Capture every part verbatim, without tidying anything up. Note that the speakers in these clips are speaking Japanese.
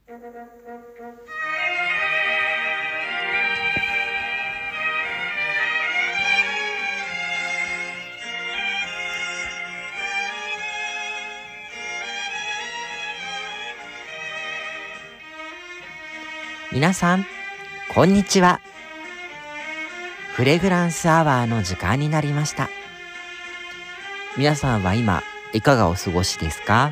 皆さん、こんにちは。フレグランスアワーの時間になりました。皆さんは今いかがお過ごしですか？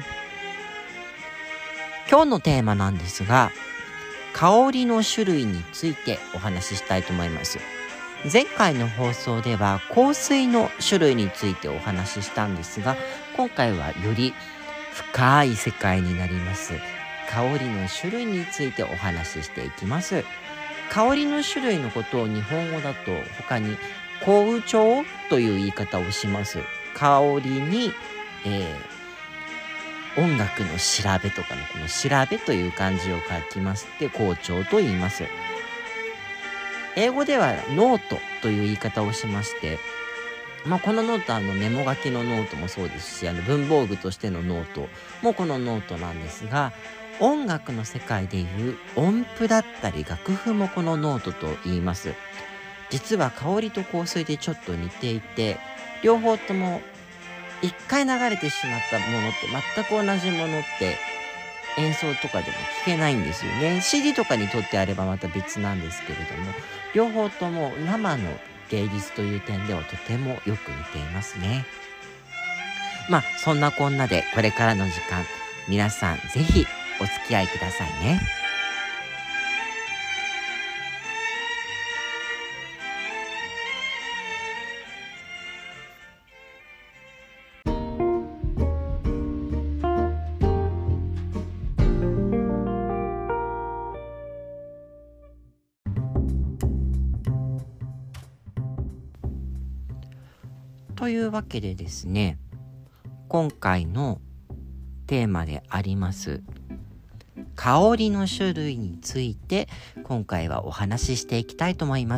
今日のテーマなんですが、香りの種類についてお話ししたいと思います。前回の放送では香水の種類についてお話ししたんですが、今回はより深い世界になります。香りの種類についてお話ししていきます。香りの種類のことを日本語だと他に香調という言い方をします。香りに、えー、音楽の調べとかのこの調べという漢字を書きまして香調と言います。英語ではノートという言い方をしまして、まあ、このノートはあのメモ書きのノートもそうですし、あの文房具としてのノートもこのノートなんですが、音楽の世界でいう音符だったり楽譜もこのノートと言います。実は香りと香水でちょっと似ていて、両方とも一回流れてしまったものって全く同じものって演奏とかでも聞けないんですよね。 シーディー とかにとってあればまた別なんですけれども、両方とも生の芸術という点ではとてもよく似ていますね。まあそんなこんなでこれからの時間、皆さんぜひお付き合いくださいね。というわけでですね、今回のテーマであります香りの種類について今回はお話ししていきたいと思います。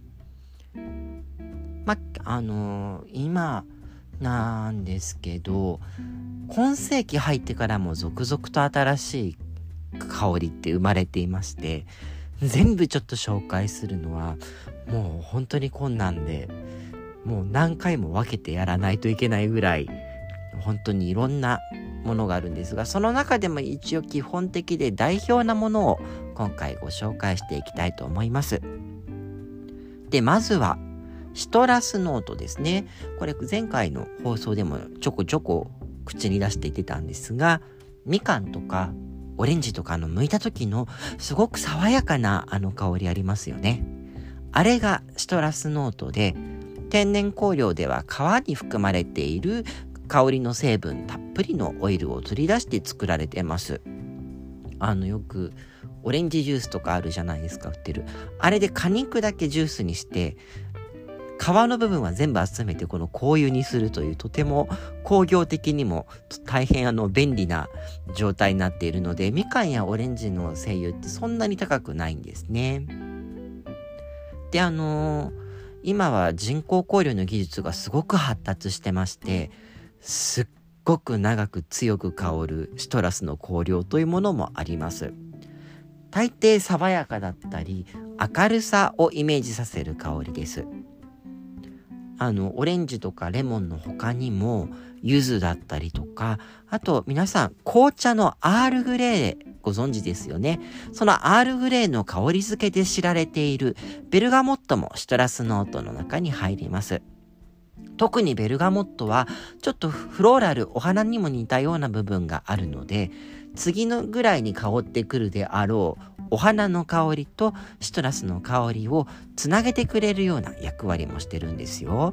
まあのー、今なんですけど、今世紀入ってからも続々と新しい香りって生まれていまして、全部ちょっと紹介するのはもう本当に困難で、もう何回も分けてやらないといけないぐらい本当にいろんなものがあるんですが、その中でも一応基本的で代表なものを今回ご紹介していきたいと思います。で、まずはシトラスノートですね。これ前回の放送でもちょこちょこ口に出して言ってたんですが、みかんとかオレンジとかの剥いた時のすごく爽やかなあの香りありますよね。あれがシトラスノートで、天然香料では皮に含まれている香りの成分たっぷりのオイルを取り出して作られています。あのよくオレンジジュースとかあるじゃないですか、売ってる。あれで果肉だけジュースにして皮の部分は全部集めてこの香油にするという、とても工業的にも大変あの便利な状態になっているので、みかんやオレンジの精油ってそんなに高くないんですね。で、あのー、今は人工香料の技術がすごく発達してまして、すっごく長く強く香るシトラスの香料というものもあります。大抵爽やかだったり明るさをイメージさせる香りです。あのオレンジとかレモンの他にも柚子だったりとか、あと皆さん紅茶のアールグレーご存知ですよね。そのアールグレーの香り付けで知られているベルガモットもシトラスノートの中に入ります。特にベルガモットはちょっとフローラル、お花にも似たような部分があるので、次のぐらいに香ってくるであろうお花の香りとシトラスの香りをつなげてくれるような役割もしてるんですよ。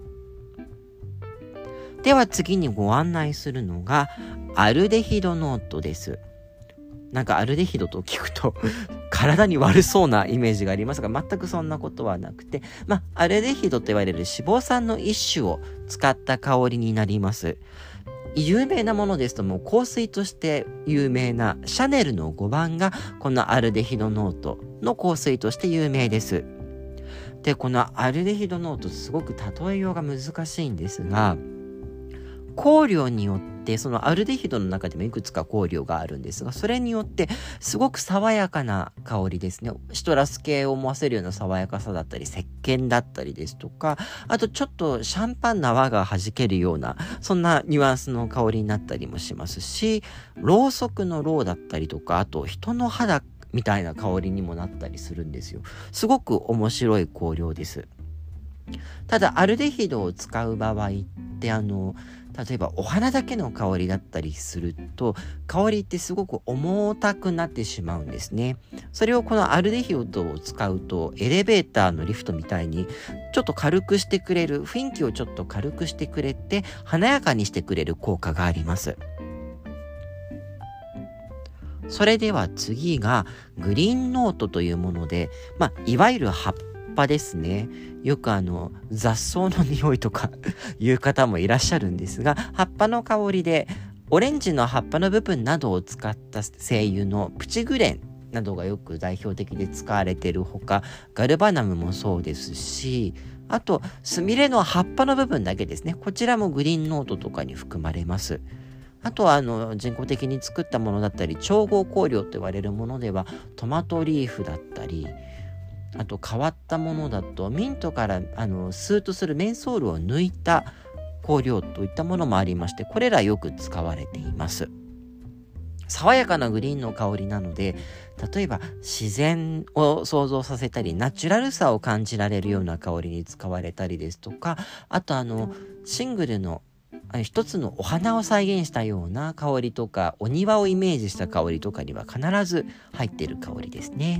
では次にご案内するのがアルデヒドノートです。なんかアルデヒドと聞くと体に悪そうなイメージがありますが、全くそんなことはなくて、まあ、アルデヒドと言われる脂肪酸の一種を使った香りになります。有名なものですともう香水として有名なシャネルのごばんがこのアルデヒドノートの香水として有名です。で、このアルデヒドノートすごく例えようが難しいんですが、 香料によって、そのアルデヒドの中でもいくつか香料があるんですが、それによってすごく爽やかな香りですね。シトラス系を思わせるような爽やかさだったり、石鹸だったりですとか、あとちょっとシャンパンの泡が弾けるような、そんなニュアンスの香りになったりもしますし、ろうそくのろうだったりとか、あと人の肌みたいな香りにもなったりするんですよ。すごく面白い香料です。ただアルデヒドを使う場合ってあの例えばお花だけの香りだったりすると香りってすごく重たくなってしまうんですね。それをこのアルデヒドを使うとエレベーターのリフトみたいにちょっと軽くしてくれる、雰囲気をちょっと軽くしてくれて華やかにしてくれる効果があります。それでは次がグリーンノートというもので、まあ、いわゆる葉っぱですね。よくあの雑草の匂いとかいう方もいらっしゃるんですが、葉っぱの香りでオレンジの葉っぱの部分などを使った精油のプチグレンなどがよく代表的で使われているほか、ガルバナムもそうですし、あとスミレの葉っぱの部分だけですね。こちらもグリーンノートとかに含まれます。あとはあの人工的に作ったものだったり調合香料と言われるものではトマトリーフだったり、あと変わったものだとミントからあのスーッとするメンソールを抜いた香料といったものもありまして、これらよく使われています。爽やかなグリーンの香りなので、例えば自然を想像させたりナチュラルさを感じられるような香りに使われたりですとか、あとあのシングルの一つのお花を再現したような香りとか、お庭をイメージした香りとかには必ず入っている香りですね。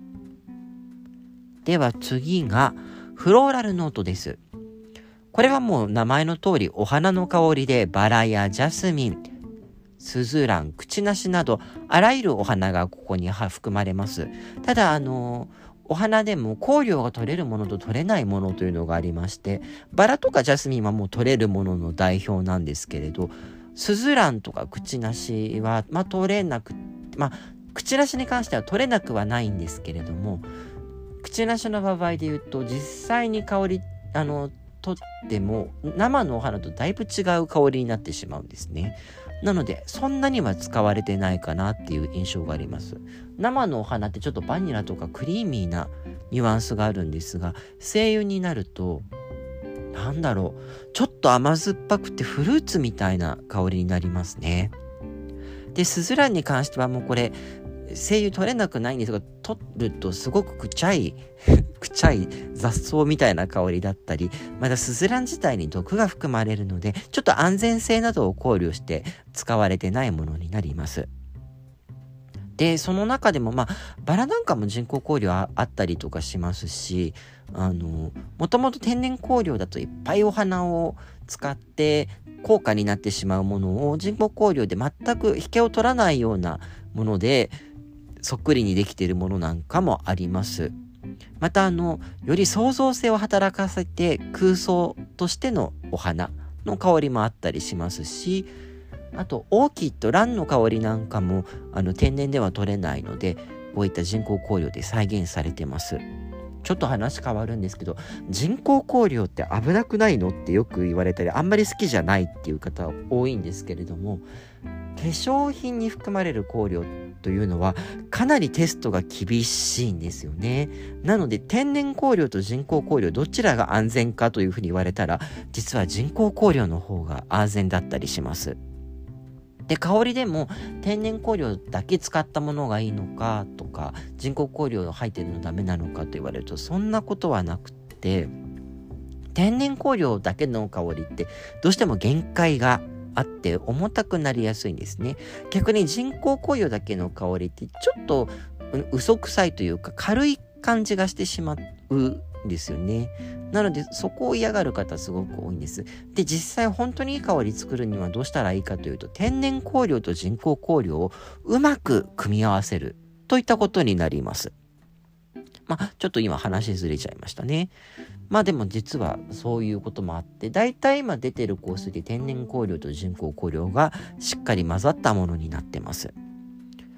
では次がフローラルノートです。これはもう名前の通りお花の香りで、バラやジャスミン、スズラン、クチナシなどあらゆるお花がここに含まれます。ただあのお花でも香料が取れるものと取れないものというのがありまして、バラとかジャスミンはもう取れるものの代表なんですけれど、スズランとかクチナシはまあ取れなく、まあクチナシに関しては取れなくはないんですけれども、クチナシの場合で言うと実際に香りあの取っても生のお花とだいぶ違う香りになってしまうんですね。なのでそんなには使われてないかなっていう印象があります。生のお花ってちょっとバニラとかクリーミーなニュアンスがあるんですが、精油になるとなんだろう、ちょっと甘酸っぱくてフルーツみたいな香りになりますね。でスズランに関してはもうこれ精油取れなくないんですが、取るとすごくくちゃいくちゃい雑草みたいな香りだったり、またスズラン自体に毒が含まれるのでちょっと安全性などを考慮して使われてないものになります。でその中でもまあバラなんかも人工香料 あ, あったりとかしますし、あのもともと天然香料だといっぱいお花を使って高価になってしまうものを人工香料で全く引けを取らないようなものでそっくりにできているものなんかもあります。またあのより創造性を働かせて空想としてのお花の香りもあったりしますし、あとオーキッド、ランの香りなんかもあの天然では取れないのでこういった人工香料で再現されてます。ちょっと話変わるんですけど、人工香料って危なくないのってよく言われたり、あんまり好きじゃないっていう方多いんですけれども、化粧品に含まれる香料というのはかなりテストが厳しいんですよね。なので天然香料と人工香料どちらが安全かというふうに言われたら、実は人工香料の方が安全だったりします。で香りでも天然香料だけ使ったものがいいのかとか、人工香料入ってるのダメなのかと言われるとそんなことはなくって、天然香料だけの香りってどうしても限界があって重たくなりやすいんですね。逆に人工香料だけの香りってちょっと嘘くさいというか軽い感じがしてしまうんですよね。なのでそこを嫌がる方すごく多いんです。で実際本当にいい香り作るにはどうしたらいいかというと、天然香料と人工香料をうまく組み合わせるといったことになります。まあちょっと今話ずれちゃいましたね。まあでも実はそういうこともあって、だいたい今出てる香水で天然香料と人工香料がしっかり混ざったものになってます。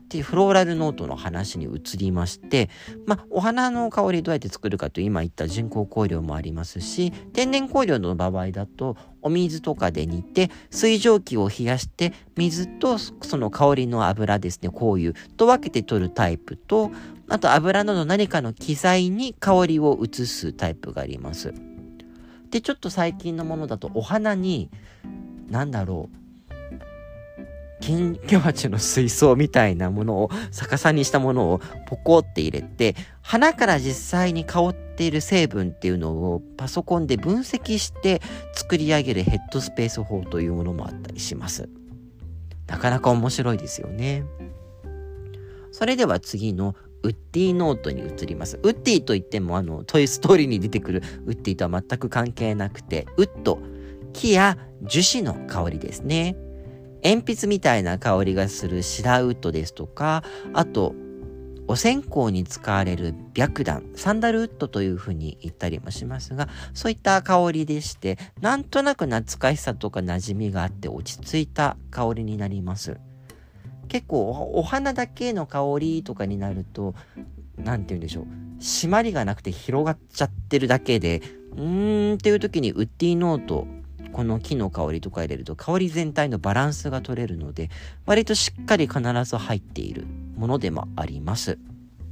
ってフローラルノートの話に移りまして、まあ、お花の香りどうやって作るかという今言った人工香料もありますし、天然香料の場合だとお水とかで煮て水蒸気を冷やして水とその香りの油ですね、香油と分けて取るタイプと、あと油など何かの機材に香りを移すタイプがあります。で、ちょっと最近のものだとお花になんだろう金魚鉢の水槽みたいなものを逆さにしたものをポコって入れて、花から実際に香っている成分っていうのをパソコンで分析して作り上げるヘッドスペース法というものもあったりします。なかなか面白いですよね。それでは次のウッディノートに移ります。ウッディといってもあのトイストーリーに出てくるウッディとは全く関係なくて、ウッド、木や樹脂の香りですね。鉛筆みたいな香りがするシダーウッドですとか、あとお線香に使われる白檀、サンダルウッドというふうに言ったりもしますが、そういった香りでして、なんとなく懐かしさとか馴染みがあって落ち着いた香りになります。結構お花だけの香りとかになると、なんて言うんでしょう、締まりがなくて広がっちゃってるだけで、うーんっていう時にウッディノート、この木の香りとか入れると香り全体のバランスが取れるので、割としっかり必ず入っているものでもあります。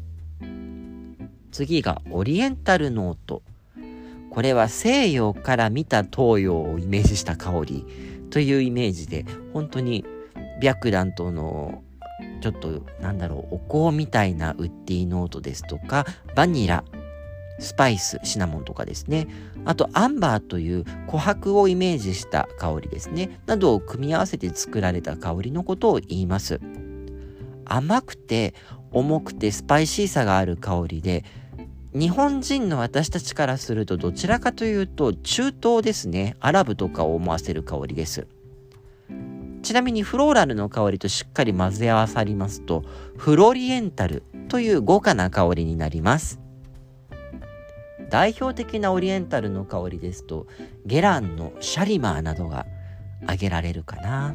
次がオリエンタルノート。これは西洋から見た東洋をイメージした香りというイメージで、本当に白檀とのちょっとなんだろう、お香みたいなウッディノートですとか、バニラ、スパイス、シナモンとかですね。あとアンバーという琥珀をイメージした香りですね。などを組み合わせて作られた香りのことを言います。甘くて重くてスパイシーさがある香りで、日本人の私たちからするとどちらかというと中東ですね。アラブとかを思わせる香りです。ちなみにフローラルの香りとしっかり混ぜ合わさりますと、フロリエンタルという豪華な香りになります。代表的なオリエンタルの香りですと、ゲランのシャリマーなどが挙げられるかな。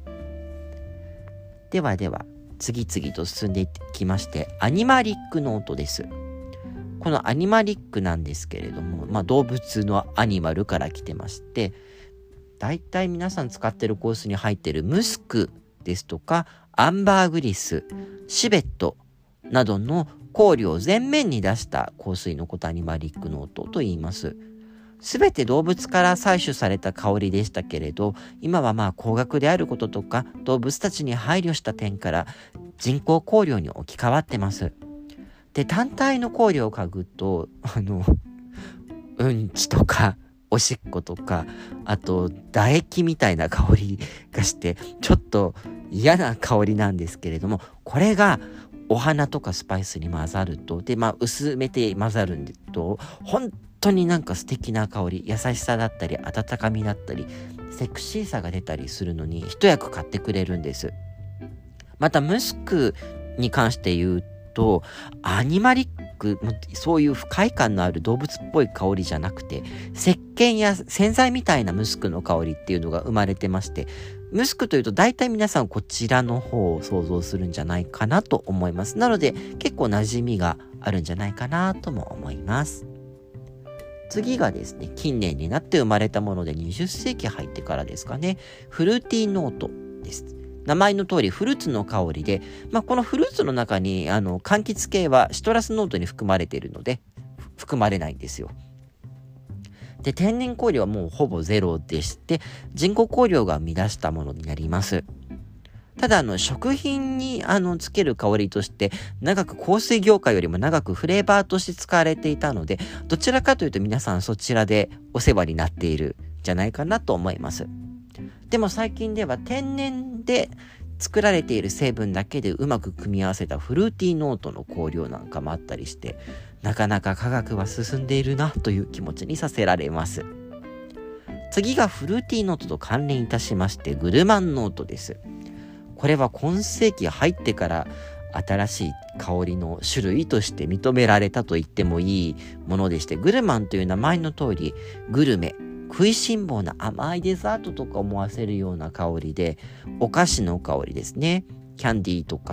ではでは次々と進んでいきまして、アニマリックノートです。このアニマリックなんですけれども、まあ、動物のアニマルから来てまして、だいたい皆さん使ってる香水に入っているムスクですとかアンバーグリス、シベットなどの香料を前面に出した香水のことをアニマリックノートと言います。すべて動物から採取された香りでしたけれど、今はまあ高額であることとか動物たちに配慮した点から人工香料に置き換わってます。で、単体の香料を嗅ぐと、あのうんちとかおしっことか、あと唾液みたいな香りがしてちょっと嫌な香りなんですけれども、これがお花とかスパイスに混ざると、でまあ薄めて混ざるんでと、本当になんか素敵な香り、優しさだったり温かみだったりセクシーさが出たりするのに一役買ってくれるんです。またムスクに関して言うと、アニマリックのそういう不快感のある動物っぽい香りじゃなくて、石鹸や洗剤みたいなムスクの香りっていうのが生まれてまして、ムスクというと大体皆さんこちらの方を想像するんじゃないかなと思います。なので結構馴染みがあるんじゃないかなとも思います。次がですね、近年になって生まれたものでにじゅっせいき入ってからですかね、フルーティーノートです。名前の通りフルーツの香りで、まあ、このフルーツの中にあの柑橘系はシトラスノートに含まれているので含まれないんですよ。で、天然香料はもうほぼゼロでして、人工香料が生み出したものになります。ただあの食品にあのつける香りとして長く香水業界よりも長くフレーバーとして使われていたので、どちらかというと皆さんそちらでお世話になっているんじゃないかなと思います。でも最近では天然で作られている成分だけでうまく組み合わせたフルーティーノートの香料なんかもあったりして、なかなか科学は進んでいるなという気持ちにさせられます。次がフルーティーノートと関連いたしましてグルマンノートです。これは今世紀入ってから新しい香りの種類として認められたと言ってもいいものでして、グルマンという名前の通りグルメ、食いしん坊な甘いデザートとか思わせるような香りで、お菓子の香りですね。キャンディーとか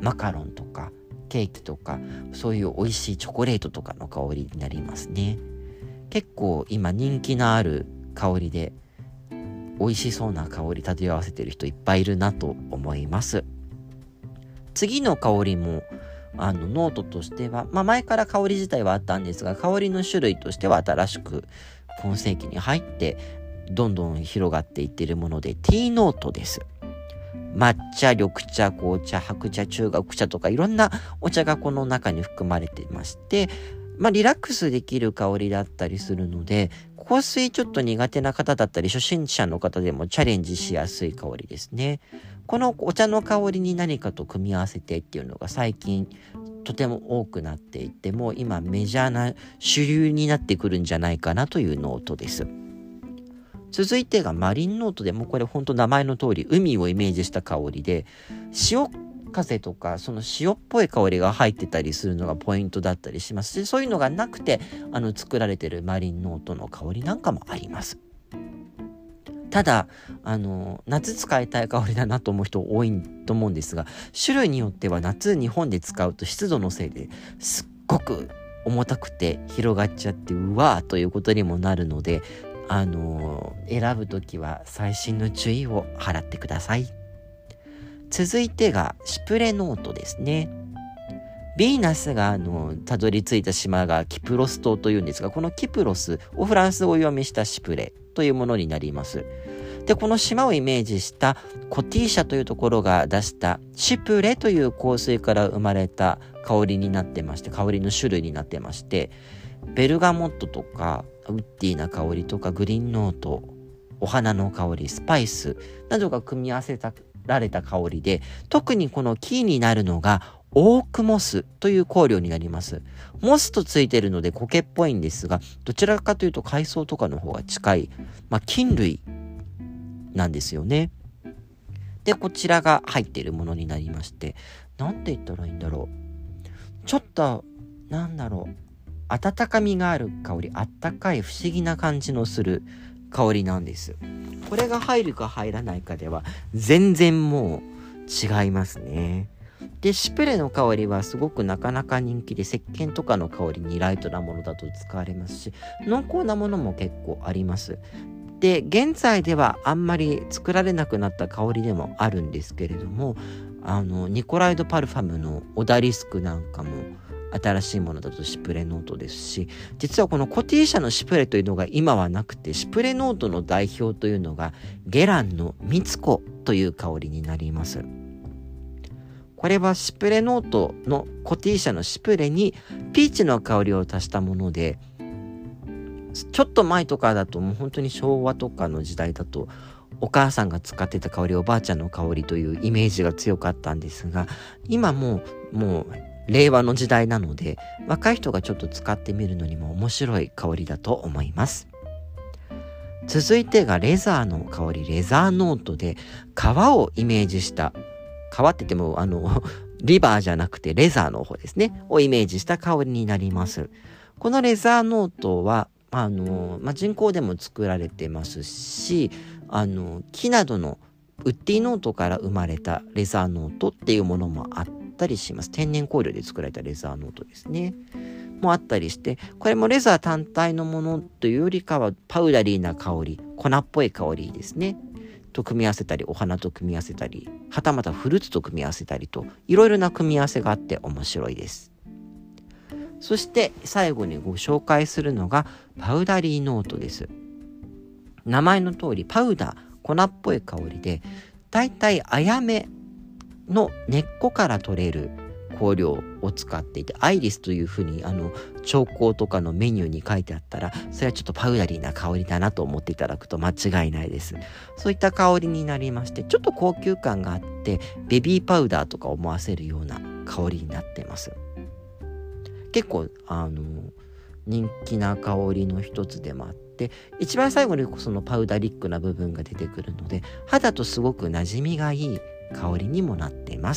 マカロンとかケーキとか、そういう美味しいチョコレートとかの香りになりますね。結構今人気のある香りで、美味しそうな香り漂わせてる人いっぱいいるなと思います。次の香りもあのノートとしては、まあ、前から香り自体はあったんですが、香りの種類としては新しく今世紀に入ってどんどん広がっていっているもので、ティーノートです。抹茶、緑茶、紅茶、白茶、中国茶とかいろんなお茶がこの中に含まれていまして、まあリラックスできる香りだったりするので、香水ちょっと苦手な方だったり初心者の方でもチャレンジしやすい香りですね。このお茶の香りに何かと組み合わせてっていうのが最近とても多くなっていて、もう今メジャーな主流になってくるんじゃないかなというノートです。続いてがマリンノートで、もうこれ本当名前の通り海をイメージした香りで、潮風とかその塩っぽい香りが入ってたりするのがポイントだったりしますし、そういうのがなくてあの作られてるマリンノートの香りなんかもあります。ただあの夏使いたい香りだなと思う人多いと思うんですが、種類によっては夏日本で使うと湿度のせいですっごく重たくて広がっちゃってうわーということにもなるので、あの選ぶときは細心の注意を払ってください。続いてがシュプレノートですね。ヴィーナスがあのたどり着いた島がキプロス島というんですが、このキプロスをフランス語読みしたシュプレというものになります。で、この島をイメージしたコティーシャというところが出したシュプレという香水から生まれた香りになってまして、香りの種類になってまして、ベルガモットとかウッディな香りとかグリーンノート、お花の香り、スパイスなどが組み合わせられた香りで、特にこのキーになるのがオークモスという香料になります。モスとついてるので苔っぽいんですが、どちらかというと海藻とかの方が近い、まあ、菌類なんですよね。で、こちらが入っているものになりまして、なんて言ったらいいんだろう。ちょっと、なんだろう。温かみがある香り、あったかい不思議な感じのする香りなんです。これが入るか入らないかでは全然もう違いますね。で、シュプレの香りはすごくなかなか人気で、石鹸とかの香りにライトなものだと使われますし、濃厚なものも結構あります。で、現在ではあんまり作られなくなった香りでもあるんですけれども、あのニコライド・パルファムのオダリスクなんかも新しいものだとシュプレノートですし、実はこのコティーシャのシュプレというのが今はなくて、シュプレノートの代表というのがゲランのミツコという香りになります。これはシュプレノートのコティーシャのシュプレにピーチの香りを足したもので、ちょっと前とかだともう本当に昭和とかの時代だとお母さんが使ってた香り、おばあちゃんの香りというイメージが強かったんですが、今もうもう令和の時代なので、若い人がちょっと使ってみるのにも面白い香りだと思います。続いてがレザーの香り、レザーノートで革をイメージした、革って言ってもあのリバーじゃなくてレザーの方ですねをイメージした香りになります。このレザーノートはあの、まあ、人工でも作られてますし、あの木などのウッディノートから生まれたレザーノートっていうものもあったりします。天然香料で作られたレザーノートですねもあったりして、これもレザー単体のものというよりかはパウダリーな香り、粉っぽい香りですねと組み合わせたり、お花と組み合わせたり、はたまたフルーツと組み合わせたりと、いろいろな組み合わせがあって面白いです。そして最後にご紹介するのがパウダリーノートです。名前の通りパウダー、粉っぽい香りで、だいたいアヤメの根っこから取れる香料を使っていて、アイリスというふうにあの調香とかのメニューに書いてあったら、それはちょっとパウダリーな香りだなと思っていただくと間違いないです。そういった香りになりまして、ちょっと高級感があってベビーパウダーとか思わせるような香りになってます。結構あの人気な香りの一つでもあって、一番最後にそのパウダリックな部分が出てくるので、肌とすごく馴染みがいい香りにもなっています。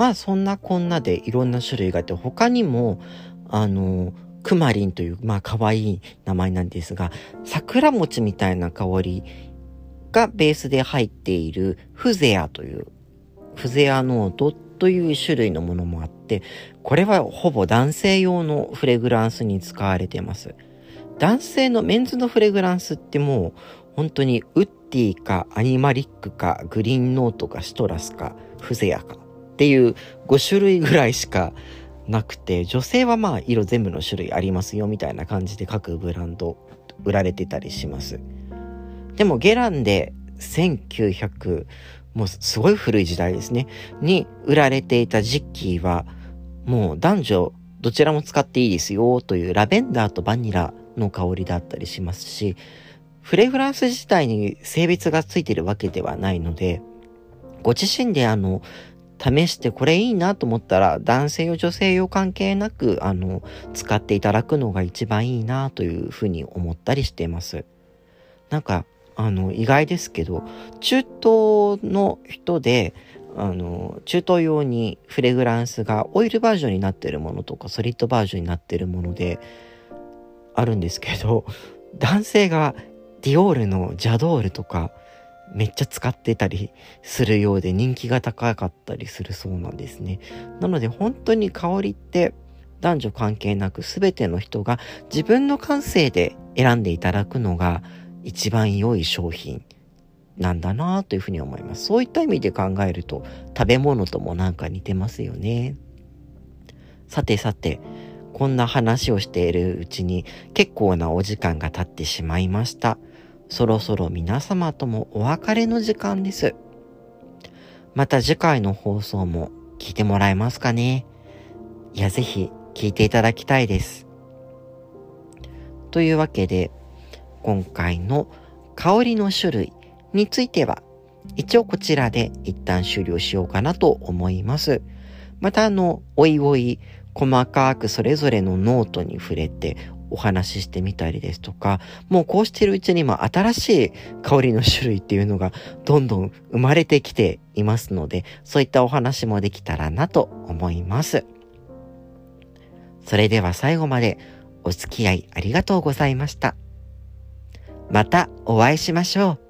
まあそんなこんなでいろんな種類があって、他にもあのクマリンというまあ可愛い名前なんですが、桜餅みたいな香りがベースで入っているフゼアというフゼアノートという種類のものもあって、これはほぼ男性用のフレグランスに使われています。男性のメンズのフレグランスってもう本当にウッディかアニマリックかグリーンノートかシトラスかフゼアかっていうご種類ぐらいしかなくて、女性はまあ色全部の種類ありますよみたいな感じで各ブランド売られてたりします。でもゲランでせんきゅうひゃく、もうすごい古い時代ですねに売られていたジッキーはもう男女どちらも使っていいですよというラベンダーとバニラの香りだったりしますし、フレグランス自体に性別がついてるわけではないので、ご自身であの試してこれいいなと思ったら男性用女性用関係なくあの使っていただくのが一番いいなというふうに思ったりしています。なんかあの意外ですけど、中東の人であの中東用にフレグランスがオイルバージョンになっているものとかソリッドバージョンになっているものであるんですけど、男性がディオールのジャドールとかめっちゃ使ってたりするようで人気が高かったりするそうなんですね。なので本当に香りって男女関係なく全ての人が自分の感性で選んでいただくのが一番良い商品なんだなというふうに思います。そういった意味で考えると食べ物ともなんか似てますよね。さてさて、こんな話をしているうちに結構なお時間が経ってしまいました。そろそろ皆様ともお別れの時間です。また次回の放送も聞いてもらえますかね。いや、ぜひ聞いていただきたいです。というわけで、今回の香りの種類については一応こちらで一旦終了しようかなと思います。またあのおいおい細かくそれぞれのノートに触れてお話ししてみたりですとか、もうこうしているうちにも新しい香りの種類っていうのがどんどん生まれてきていますので、そういったお話もできたらなと思います。それでは最後までお付き合いありがとうございました。またお会いしましょう。